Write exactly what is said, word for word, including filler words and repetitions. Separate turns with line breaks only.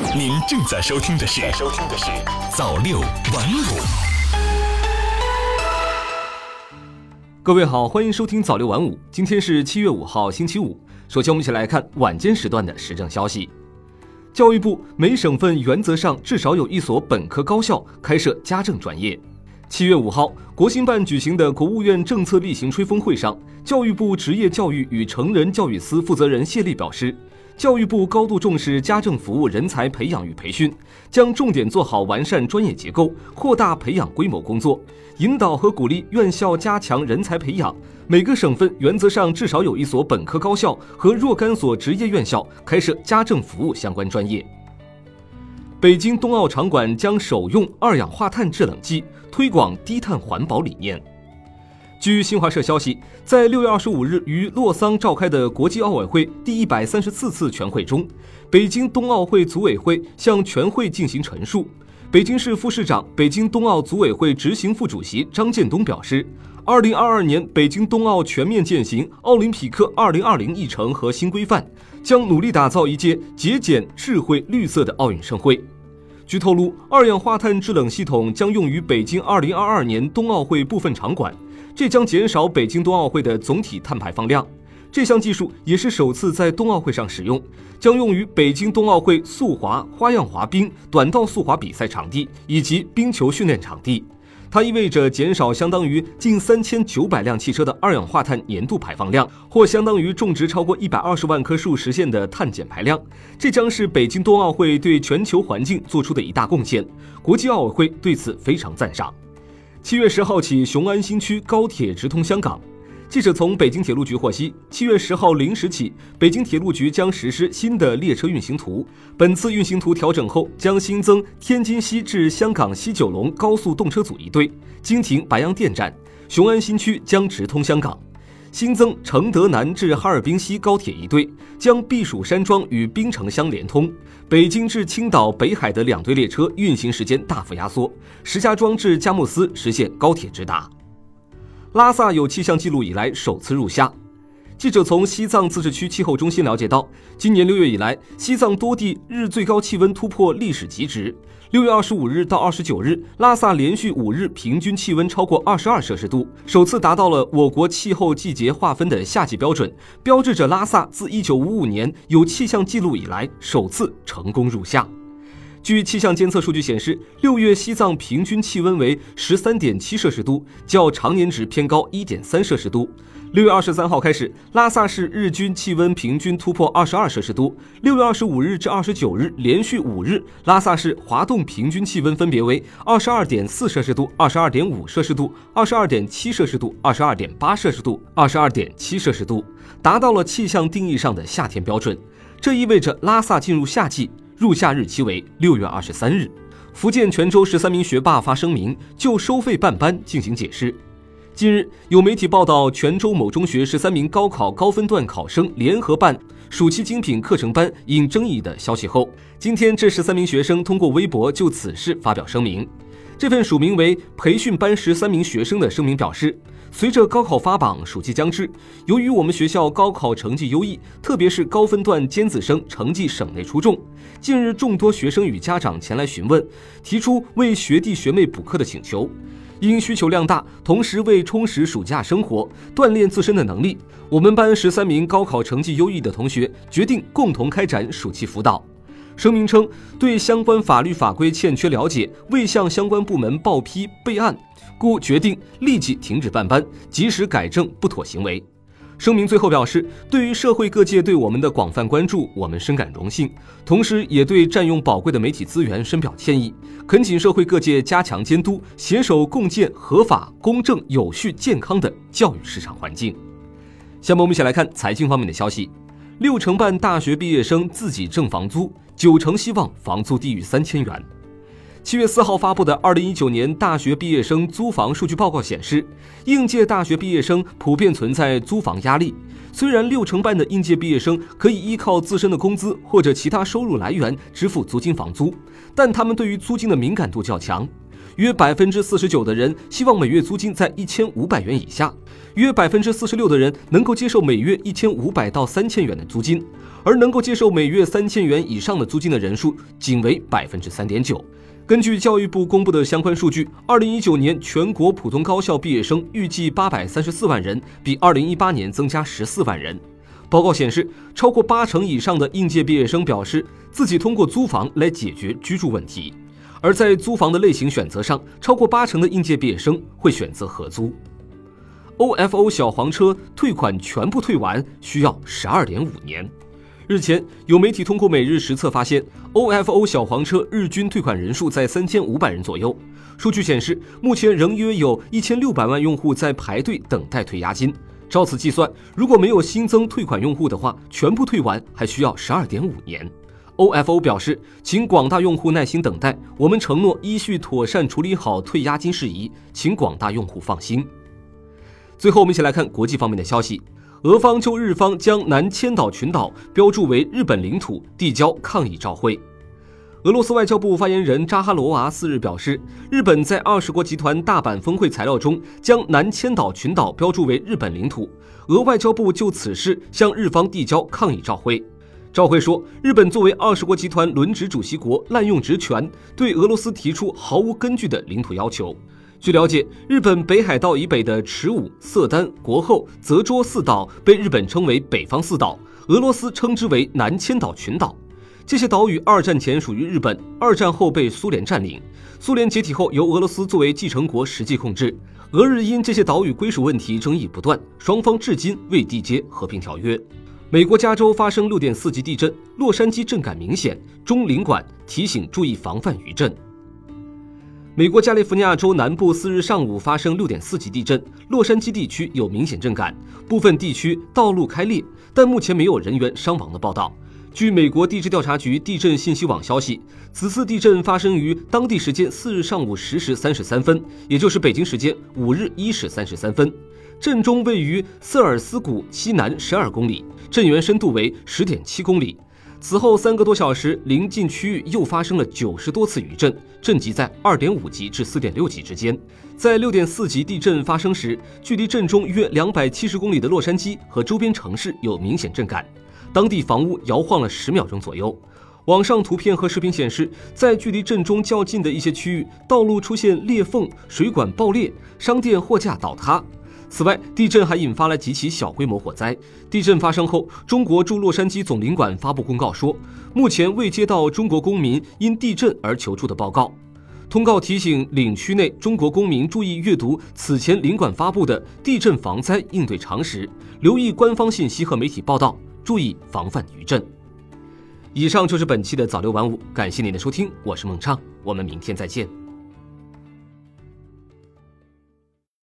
您正在收听的是收听的是早六晚五。
各位好，欢迎收听早六晚五。今天是七月五号，星期五。首先我们一起来看晚间时段的时政消息。教育部每省份原则上至少有一所本科高校开设家政专业。七月五号，国新办举行的国务院政策例行吹风会上，教育部职业教育与成人教育司负责人谢丽表示，教育部高度重视家政服务人才培养与培训，将重点做好完善专业结构，扩大培养规模工作，引导和鼓励院校加强人才培养。每个省份原则上至少有一所本科高校和若干所职业院校开设家政服务相关专业。北京冬奥场馆将首用二氧化碳制冷剂，推广低碳环保理念。据新华社消息，在六月二十五日于洛桑召开的国际奥委会第一百三十四次全会中，北京冬奥会组委会向全会进行陈述。北京市副市长、北京冬奥组委会执行副主席张建东表示，二零二二年北京冬奥全面践行奥林匹克二零二零议程和新规范，将努力打造一届节俭、智慧、绿色的奥运盛会。据透露，二氧化碳制冷系统将用于北京二零二二年冬奥会部分场馆，这将减少北京冬奥会的总体碳排放量。这项技术也是首次在冬奥会上使用，将用于北京冬奥会速滑、花样滑冰、短道速滑比赛场地以及冰球训练场地。它意味着减少相当于近三千九百辆汽车的二氧化碳年度排放量，或相当于种植超过一百二十万棵树实现的碳减排量。这将是北京冬奥会对全球环境做出的一大贡献，国际奥委会对此非常赞赏。七月十号起，雄安新区高铁直通香港。记者从北京铁路局获悉，七月十号零时起，北京铁路局将实施新的列车运行图。本次运行图调整后，将新增天津西至香港西九龙高速动车组一对，经停白洋淀站，雄安新区将直通香港；新增承德南至哈尔滨西高铁一对，将避暑山庄与槟城乡连通。北京至青岛、北海的两对列车运行时间大幅压缩，石家庄至佳木斯实现高铁直达。拉萨有气象记录以来首次入夏。记者从西藏自治区气候中心了解到，今年六月以来，西藏多地日最高气温突破历史极值。六月二十五日到二十九日，拉萨连续五日平均气温超过二十二摄氏度，首次达到了我国气候季节划分的夏季标准，标志着拉萨自一九五五年有气象记录以来首次成功入夏。据气象监测数据显示，六月西藏平均气温为 十三点七摄氏度，较常年值偏高 一点三摄氏度。六月二十三号开始，拉萨市日均气温平均突破二十二摄氏度。六月二十五日至二十九日连续五日，拉萨市滑动平均气温分别为 二十二点四摄氏度、二十二点五摄氏度、二十二点七摄氏度、二十二点八摄氏度、二十二点七摄氏度，达到了气象定义上的夏天标准。这意味着拉萨进入夏季，入夏日期为六月二十三日。福建泉州十三名学霸发声明，就收费办班进行解释。近日，有媒体报道泉州某中学十三名高考高分段考生联合办暑期精品课程班引争议的消息后，今天这十三名学生通过微博就此事发表声明。这份署名为培训班十三名学生的声明表示，随着高考发榜，暑期将至，由于我们学校高考成绩优异，特别是高分段尖子生成绩省内出众，近日众多学生与家长前来询问，提出为学弟学妹补课的请求。因需求量大，同时为充实暑假生活，锻炼自身的能力，我们班十三名高考成绩优异的同学决定共同开展暑期辅导。声明称，对相关法律法规欠缺了解，未向相关部门报批备案，故决定立即停止办班，及时改正不妥行为。声明最后表示，对于社会各界对我们的广泛关注，我们深感荣幸，同时也对占用宝贵的媒体资源深表歉意，恳请社会各界加强监督，携手共建合法、公正、有序、健康的教育市场环境。下面我们一起来看财经方面的消息。六成半大学毕业生自己挣房租，九成希望房租低于三千元。七月四号发布的二零一九年大学毕业生租房数据报告显示，应届大学毕业生普遍存在租房压力。虽然六成半的应届毕业生可以依靠自身的工资或者其他收入来源支付租金房租，但他们对于租金的敏感度较强。 约 百分之四十九 的人希望每月租金在一千五百元以下，约 百分之四十六 的人能够接受每月一千五百到三千元的租金，而能够接受每月三千元以上的租金的人数仅为 百分之三点九。根据教育部公布的相关数据，二零一九年全国普通高校毕业生预计八百三十四万人，比二零一八年增加十四万人。报告显示，超过八成以上的应届毕业生表示自己通过租房来解决居住问题。而在租房的类型选择上，超过八成的应届毕业生会选择合租。O F O 小黄车退款全部退完需要 十二点五年。日前，有媒体通过每日实测发现 ，O F O 小黄车日均退款人数在三千五百人左右。数据显示，目前仍约有一千六百万用户在排队等待退押金。照此计算，如果没有新增退款用户的话，全部退完还需要 十二点五年。O F O 表示，请广大用户耐心等待，我们承诺依序妥善处理好退押金事宜，请广大用户放心。最后，我们一起来看国际方面的消息。俄方就日方将南千岛群岛标注为日本领土递交抗议照会。俄罗斯外交部发言人扎哈罗娃四日表示，日本在二十国集团大阪峰会材料中将南千岛群岛标注为日本领土，俄外交部就此事向日方递交抗议照会。照会说，日本作为二十国集团轮值主席国，滥用职权，对俄罗斯提出毫无根据的领土要求。据了解，日本北海道以北的池武、色丹、国后、泽捉四岛被日本称为北方四岛，俄罗斯称之为南千岛群岛。这些岛屿二战前属于日本，二战后被苏联占领。苏联解体后，由俄罗斯作为继承国实际控制。俄日因这些岛屿归属问题争议不断，双方至今未缔结和平条约。美国加州发生 六点四 级地震，洛杉矶震感明显，中领馆提醒注意防范余震。美国加利福尼亚州南部四日上午发生 六点四 级地震，洛杉矶地区有明显震感，部分地区道路开裂，但目前没有人员伤亡的报道。据美国地质调查局地震信息网消息，此次地震发生于当地时间四日上午十时三十三分，也就是北京时间五日一时三十三分。震中位于瑟尔斯谷西南十二公里，震源深度为 十点七公里。此后三个多小时，邻近区域又发生了九十多次余震，震级在 二点五 级至 四点六 级之间。在 六点四 级地震发生时，距离震中约两百七十公里的洛杉矶和周边城市有明显震感，当地房屋摇晃了十秒钟左右。网上图片和视频显示，在距离震中较近的一些区域，道路出现裂缝，水管爆裂，商店货架倒塌。此外，地震还引发了几起小规模火灾。地震发生后，中国驻洛杉矶总领馆发布公告说，目前未接到中国公民因地震而求助的报告。通告提醒领区内中国公民注意阅读此前领馆发布的地震防灾应对常识，留意官方信息和媒体报道，注意防范余震。以上就是本期的早六晚五，感谢您的收听，我是孟畅，我们明天再见。